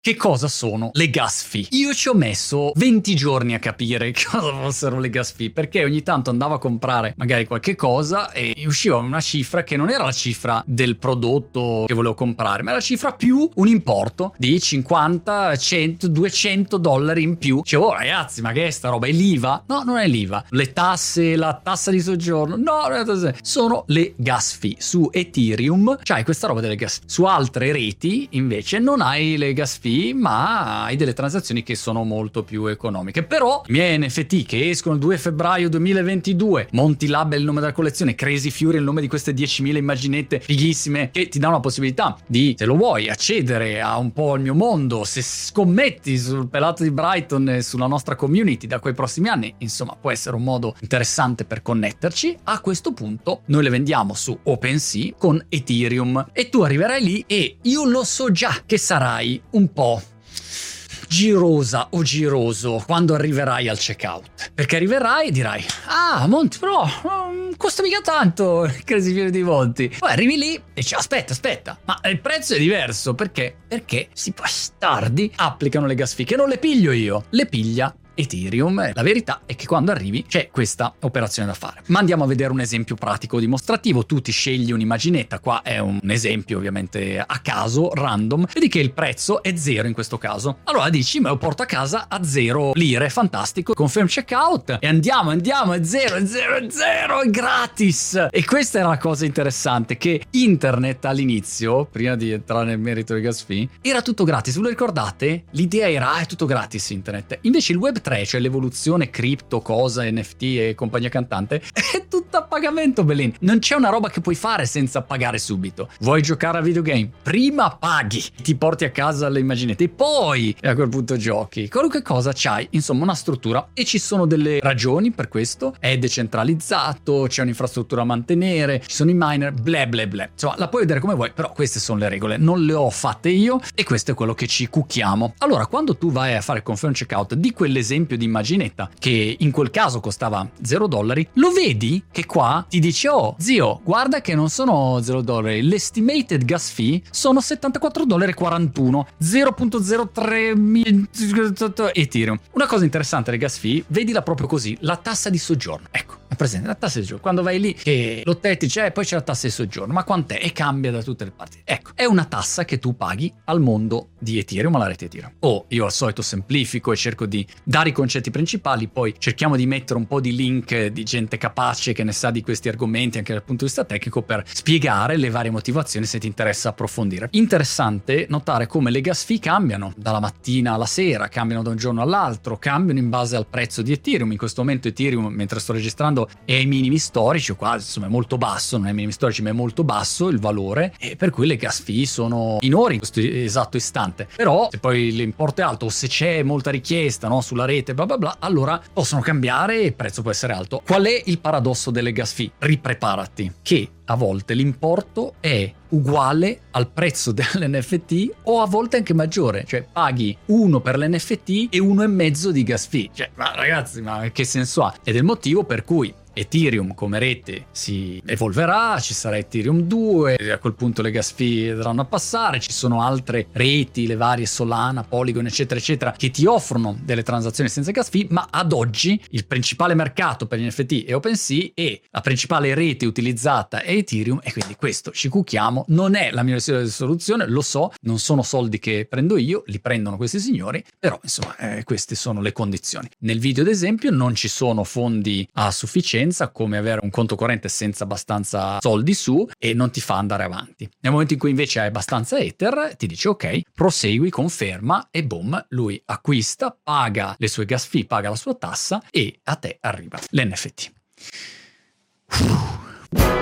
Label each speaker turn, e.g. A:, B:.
A: Che cosa sono le gas fee? Io ci ho messo 20 giorni a capire cosa fossero le gas fee, perché ogni tanto andavo a comprare magari qualche cosa e usciva una cifra che non era la cifra del prodotto che volevo comprare, ma era la cifra più un importo di 50, 100, 200 dollari in più. Dicevo, oh, ragazzi, ma che è sta roba? È l'IVA? No, non è l'IVA. Le tasse, la tassa di soggiorno? No, non è la tassa. Sono le gas fee. Su Ethereum c'hai questa roba delle gas fee. Su altre reti invece non hai le gas fee, ma hai delle transazioni che sono molto più economiche. Però i miei NFT che escono il 2 febbraio 2022, Monty Lab è il nome della collezione, Crazy Fury è il nome di queste 10.000 immaginette fighissime che ti danno la possibilità di, se lo vuoi, accedere a un po' al mio mondo, se scommetti sul pelato di Brighton e sulla nostra community da quei prossimi anni, insomma può essere un modo interessante per connetterci. A questo punto noi le vendiamo su OpenSea con Ethereum e tu arriverai lì e io lo so già che sarai un po' girosa o giroso quando arriverai al checkout, perché arriverai e dirai: ah, Monty, però costa mica tanto il Crazy Fury di Monty. Poi arrivi lì e dici: aspetta, ma il prezzo è diverso. Perché sti bastardi applicano le gas fee che non le piglio io, le piglia Ethereum. La verità è che quando arrivi c'è questa operazione da fare. Ma andiamo a vedere un esempio pratico dimostrativo. Tu ti scegli un'immaginetta, qua è un esempio ovviamente a caso, random, vedi che il prezzo è 0 in questo caso. Allora dici: me lo porto a casa a 0 lire, fantastico, confirm checkout e andiamo, è 0, è gratis. E questa era la cosa interessante, che internet all'inizio, prima di entrare nel merito dei gas fee, era tutto gratis. Ve lo ricordate? L'idea era: è tutto gratis internet. Invece il web 3, cioè l'evoluzione cripto, cosa, NFT e compagnia cantante, è tutta a pagamento, Belin. Non c'è una roba che puoi fare senza pagare subito. Vuoi giocare a videogame? Prima paghi, ti porti a casa le immaginette e poi a quel punto giochi. Qualunque cosa c'hai, insomma, una struttura, e ci sono delle ragioni per questo. È decentralizzato, c'è un'infrastruttura a mantenere, ci sono i miner, bla bla bla. Insomma, la puoi vedere come vuoi, però queste sono le regole, non le ho fatte io e questo è quello che ci cucchiamo. Allora, quando tu vai a fare confirm checkout di quell'esempio di immaginetta che in quel caso costava 0 dollari, lo vedi che qua ti dice: oh zio, guarda che non sono 0 dollari, l'estimated gas fee sono 74 dollari 41, 0.03 Ethereum. Una cosa interessante delle gas fee, vedila proprio così, la tassa di soggiorno, ecco, è presente la tassa di soggiorno, quando vai lì che lo tetti c'è, poi c'è la tassa di soggiorno, ma quant'è? E cambia da tutte le parti. Ecco, è una tassa che tu paghi al mondo di Ethereum, alla rete Ethereum. Io al solito semplifico e cerco di dare i concetti principali, poi cerchiamo di mettere un po' di link di gente capace che ne sa di questi argomenti anche dal punto di vista tecnico per spiegare le varie motivazioni se ti interessa approfondire. Interessante notare come le gas fee cambiano dalla mattina alla sera, cambiano da un giorno all'altro, cambiano in base al prezzo di Ethereum. In questo momento Ethereum, mentre sto registrando, è ai minimi storici, o quasi, insomma è molto basso, non è ai minimi storici ma è molto basso il valore, e per cui le gas fee sono minori in questo esatto istante. Però se poi l'importo è alto o se c'è molta richiesta, no, sulla rete bla bla bla, allora possono cambiare e il prezzo può essere alto. Qual è il paradosso delle gas fee? Ripreparati, che a volte l'importo è uguale al prezzo dell'NFT o a volte anche maggiore, cioè paghi 1 per l'NFT e 1,5 di gas fee. Cioè, ma ragazzi, ma che senso ha? Ed è il motivo per cui Ethereum come rete si evolverà, ci sarà Ethereum 2, a quel punto le gas fee andranno a passare, ci sono altre reti, le varie Solana, Polygon eccetera eccetera, che ti offrono delle transazioni senza gas fee, ma ad oggi il principale mercato per gli NFT è OpenSea e la principale rete utilizzata è Ethereum, e quindi questo ci cucchiamo. Non è la migliore soluzione, lo so, non sono soldi che prendo io, li prendono questi signori, però insomma queste sono le condizioni. Nel video ad esempio non ci sono fondi a sufficienza, come avere un conto corrente senza abbastanza soldi su, e non ti fa andare avanti. Nel momento in cui invece hai abbastanza Ether, ti dice ok, prosegui, conferma, e boom, lui acquista, paga le sue gas fee, paga la sua tassa e a te arriva l'NFT.